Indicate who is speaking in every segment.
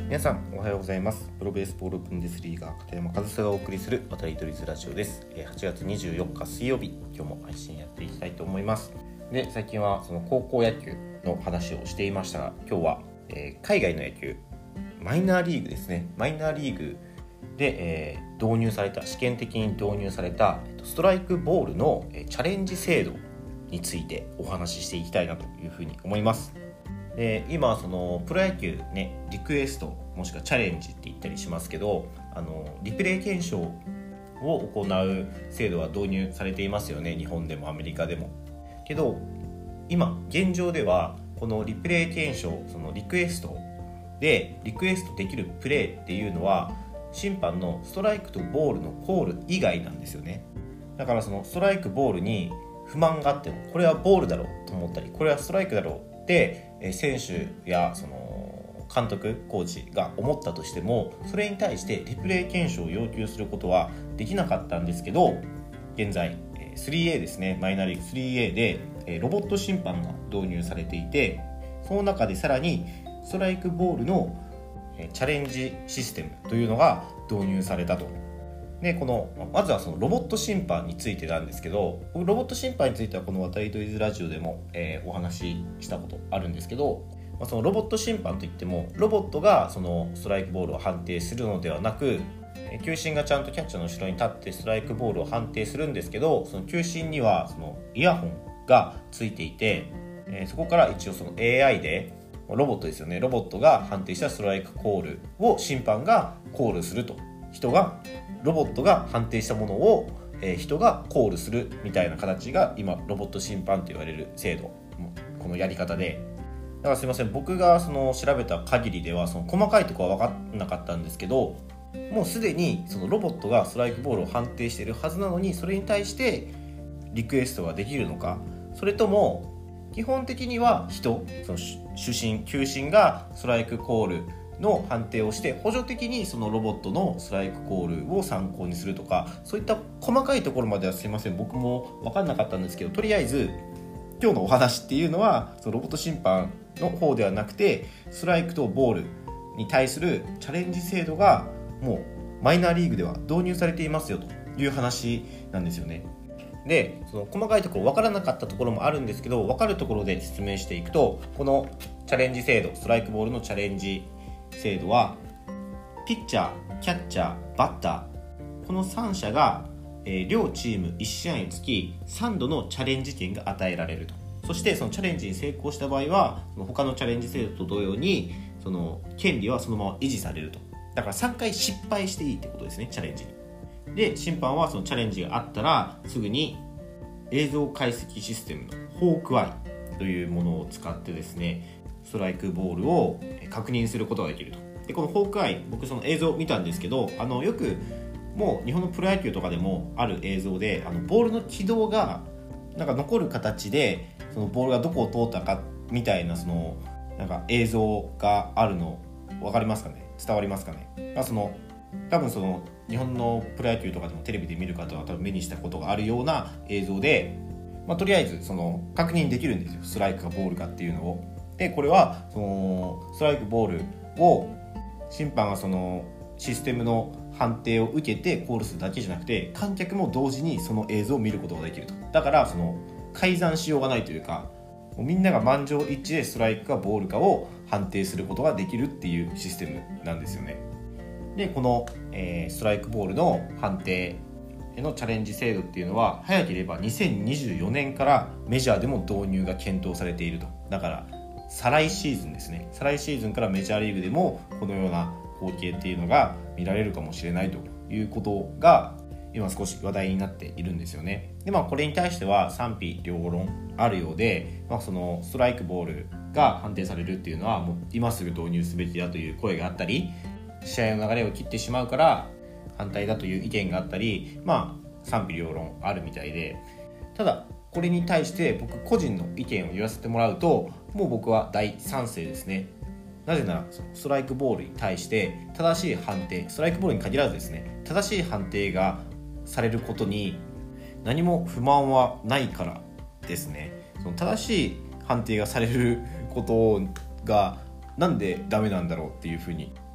Speaker 1: 皆さんおはようございます。プロベースボールブンデスリーガ片山和沙がお送りする渡り鳥ズラジオです。8月24日水曜日、今日も配信やっていきたいと思います。で、最近はその高校野球の話をしていましたが、今日は、海外の野球、マイナーリーグですね。マイナーリーグで、導入された、試験的に導入されたストライクボールのチャレンジ制度についてお話ししていきたいなというふうに思います。で、今そのプロ野球ね、リクエストもしくはチャレンジって言ったりしますけど、リプレイ検証を行う制度は導入されていますよね。日本でもアメリカでも。けど今現状ではこのリプレイ検証、そのリクエストでリクエストできるプレーっていうのは審判のストライクとボールのコール以外なんですよね。だからそのストライクボールに不満があっても、これはボールだろうと思ったり、これはストライクだろうって選手やその監督、コーチが思ったとしても、それに対してリプレイ検証を要求することはできなかったんですけど、現在 3A ですね、マイナーリーグ 3A でロボット審判が導入されていて、その中でさらにストライクボールのチャレンジシステムというのが導入されたと。で、まずはそのロボット審判についてなんですけど、ロボット審判についてはこの渡り鳥ズラジオでも、お話ししたことあるんですけど、そのロボット審判といってもロボットがそのストライクボールを判定するのではなく、球審がちゃんとキャッチャーの後ろに立ってストライクボールを判定するんですけど、その球審にはそのイヤホンがついていて、そこから一応その AI でロボットですよね、ロボットが判定したストライクコールを審判がコールすると、ロボットが判定したものを人がコールするみたいな形が今ロボット審判と言われる制度、このやり方で、だからすいません、僕がその調べた限りではその細かいところは分かんなかったんですけど、もうすでにそのロボットがストライクボールを判定しているはずなのに、それに対してリクエストができるのか、それとも基本的にはその球審がストライクコールの判定をして補助的にそのロボットのストライクコールを参考にするとか、そういった細かいところまではすいません、僕も分かんなかったんですけど、とりあえず今日のお話っていうのはそのロボット審判の方ではなくて、ストライクとボールに対するチャレンジ制度がもうマイナーリーグでは導入されていますよという話なんですよね。で、その細かいところ分からなかったところもあるんですけど、分かるところで説明していくと、このチャレンジ制度、ストライクボールのチャレンジ制度はピッチャー、キャッチャー、バッター、この3者が、両チーム1試合につき3度のチャレンジ権が与えられると。そしてそのチャレンジに成功した場合は、その他のチャレンジ制度と同様にその権利はそのまま維持されると。だから3回失敗していいってことですね、チャレンジに。で、審判はそのチャレンジがあったらすぐに映像解析システムのホークアイというものを使ってですね、ストライクボールを確認することができると。で、このホークアイ、僕その映像を見たんですけど、よくもう日本のプロ野球とかでもある映像で、ボールの軌道がなんか残る形でそのボールがどこを通ったかみたいな、そのなんか映像があるの分かりますかね、伝わりますかね。多分その日本のプロ野球とかでもテレビで見る方は多分目にしたことがあるような映像で、とりあえずその確認できるんですよ、ストライクかボールかっていうのを。で、これはそのストライクボールを審判がそのシステムの判定を受けてコールするだけじゃなくて、観客も同時にその映像を見ることができると。だからその改ざんしようがないというか、みんなが満場一致でストライクかボールかを判定することができるっていうシステムなんですよね。で、この、ストライクボールの判定へのチャレンジ制度っていうのは、早ければ2024年からメジャーでも導入が検討されていると。だから再来シーズンですね、再来シーズンからメジャーリーグでもこのような光景っていうのが見られるかもしれないということが今少し話題になっているんですよね。で、これに対しては賛否両論あるようで、そのストライクボールが判定されるっていうのはもう今すぐ導入すべきだという声があったり、試合の流れを切ってしまうから反対だという意見があったり、賛否両論あるみたいで、ただこれに対して僕個人の意見を言わせてもらうと、もう僕は大賛成ですね。なぜならストライクボールに対して正しい判定、ストライクボールに限らずですね、正しい判定がされることに何も不満はないからですね。その正しい判定がされることがなんでダメなんだろうっていうふうに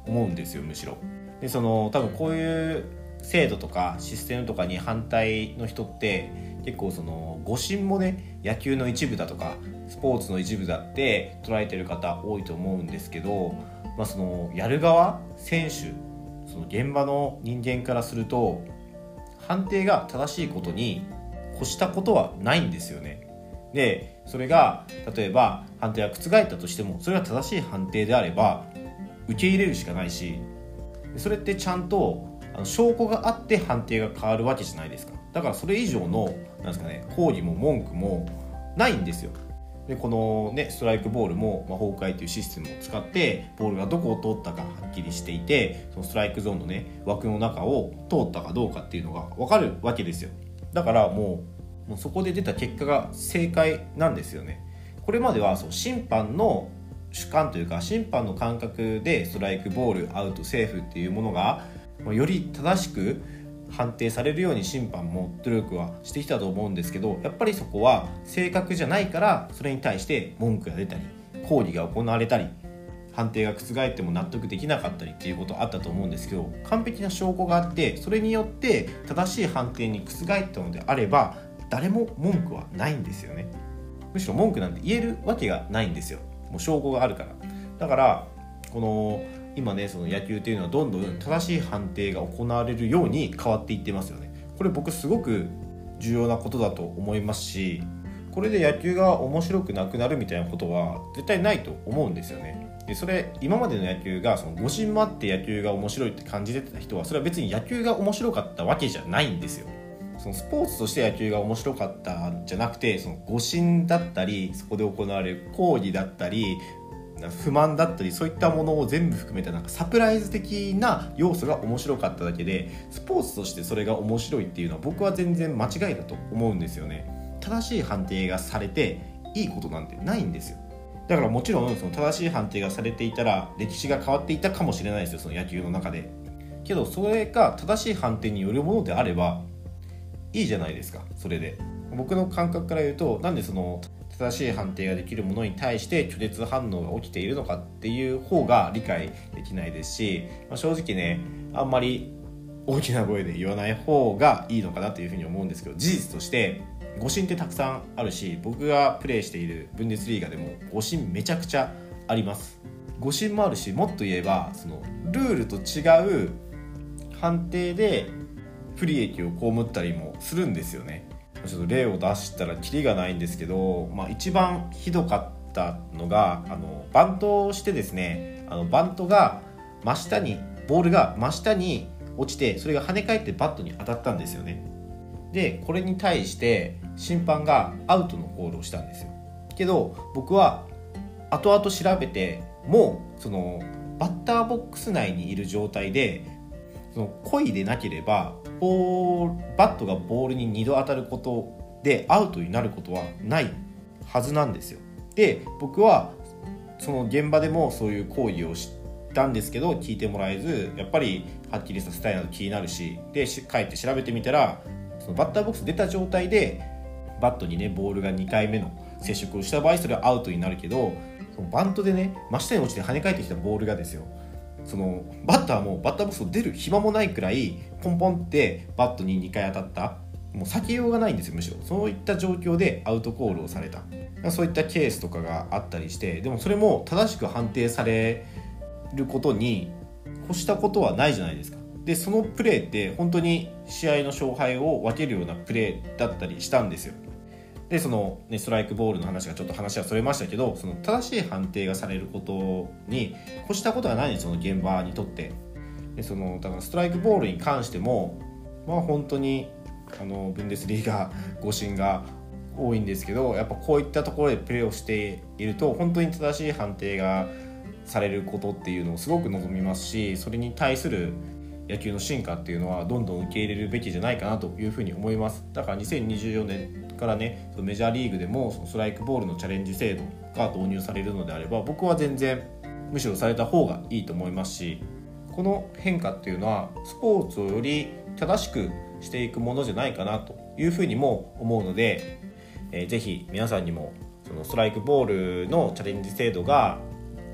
Speaker 1: 思うんですよ。むしろで多分こういう制度とかシステムとかに反対の人って結構誤審もね野球の一部だとかスポーツの一部だって捉えてる方多いと思うんですけど、やる側選手現場の人間からすると判定が正しいことに越したことはないんですよね。でそれが例えば判定が覆ったとしてもそれが正しい判定であれば受け入れるしかないし、それってちゃんと証拠があって判定が変わるわけじゃないですか。だからそれ以上の抗議も文句もないんですよ。でこのストライクボールも魔法界というシステムを使ってボールがどこを通ったかはっきりしていて、そのストライクゾーンの枠の中を通ったかどうかっていうのが分かるわけですよ。だからもうそこで出た結果が正解なんですよね。これまでは審判の主観というか審判の感覚でストライクボールアウトセーフっていうものがより正しく判定されるように審判も努力はしてきたと思うんですけど、やっぱりそこは正確じゃないからそれに対して文句が出たり抗議が行われたり判定が覆っても納得できなかったりっていうことあったと思うんですけど、完璧な証拠があってそれによって正しい判定に覆ったのであれば誰も文句はないんですよね。むしろ文句なんて言えるわけがないんですよ。もう証拠があるから。だから今その野球っていうのはどんどん正しい判定が行われるように変わっていってますよね。これ僕すごく重要なことだと思いますし、これで野球が面白くなくなるみたいなことは絶対ないと思うんですよね。でそれ今までの野球が誤審もあって野球が面白いって感じてた人はそれは別に野球が面白かったわけじゃないんですよ。スポーツとして野球が面白かったんじゃなくて誤審だったりそこで行われる抗議だったり不満だったりそういったものを全部含めたサプライズ的な要素が面白かっただけで、スポーツとしてそれが面白いっていうのは僕は全然間違いだと思うんですよね。正しい判定がされていいことなんてないんですよ。だからもちろん正しい判定がされていたら歴史が変わっていたかもしれないですよ、その野球の中で。けどそれが正しい判定によるものであればいいじゃないですか。それで僕の感覚から言うと、なんで正しい判定ができるものに対して拒絶反応が起きているのかっていう方が理解できないですし、正直あんまり大きな声で言わない方がいいのかなというふうに思うんですけど、事実として誤審ってたくさんあるし、僕がプレーしているブンデスリーガでも誤審めちゃくちゃあります。誤審もあるし、もっと言えばルールと違う判定で不利益を被ったりもするんですよね。ちょっと例を出したらキリがないんですけど、一番ひどかったのがバントをしてですね、バントがボールが真下に落ちてそれが跳ね返ってバットに当たったんですよね。でこれに対して審判がアウトのコールをしたんですよ。けど僕は後々調べてもバッターボックス内にいる状態で故意でなければバットがボールに2度当たることでアウトになることはないはずなんですよ。で僕はその現場でもそういう行為をしたんですけど聞いてもらえず、やっぱりはっきりさせたいなと気になるし、で帰って調べてみたらバッターボックス出た状態でバットにボールが2回目の接触をした場合それはアウトになるけど、バントで真下に落ちて跳ね返ってきたボールがですよ、バッターもバッターボックスを出る暇もないくらいポンポンってバットに2回当たった、もう避けようがないんですよ。むしろそういった状況でアウトコールをされた、そういったケースとかがあったりして、でもそれも正しく判定されることに越したことはないじゃないですか。でそのプレーって本当に試合の勝敗を分けるようなプレーだったりしたんですよ。でストライクボールの話がちょっと話はそれましたけど、正しい判定がされることに越したことはないんです、現場にとって。でだからストライクボールに関しても本当にブンデスリーガ誤審が多いんですけど、やっぱこういったところでプレーをしていると本当に正しい判定がされることっていうのをすごく望みますし、それに対する野球の進化っていうのはどんどん受け入れるべきじゃないかなというふうに思います。だから2024年からメジャーリーグでもストライクボールのチャレンジ制度が導入されるのであれば僕は全然むしろされた方がいいと思いますし、この変化っていうのはスポーツをより正しくしていくものじゃないかなというふうにも思うので、ぜひ皆さんにもストライクボールのチャレンジ制度が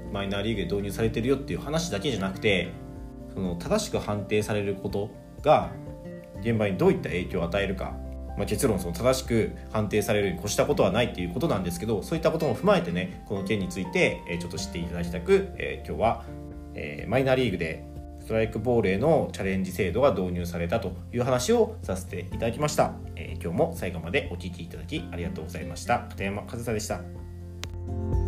Speaker 1: マイナーリーグで導入されてるよっていう話だけじゃなくて、その正しく判定されることが現場にどういった影響を与えるか、結論その正しく判定されるに越したことはないっていうことなんですけど、そういったことも踏まえてね、この件についてちょっと知っていただきたく、今日はマイナーリーグでストライクボールへのチャレンジ制度が導入されたという話をさせていただきました。今日も最後までお聞きいただきありがとうございました。片山和沙でした。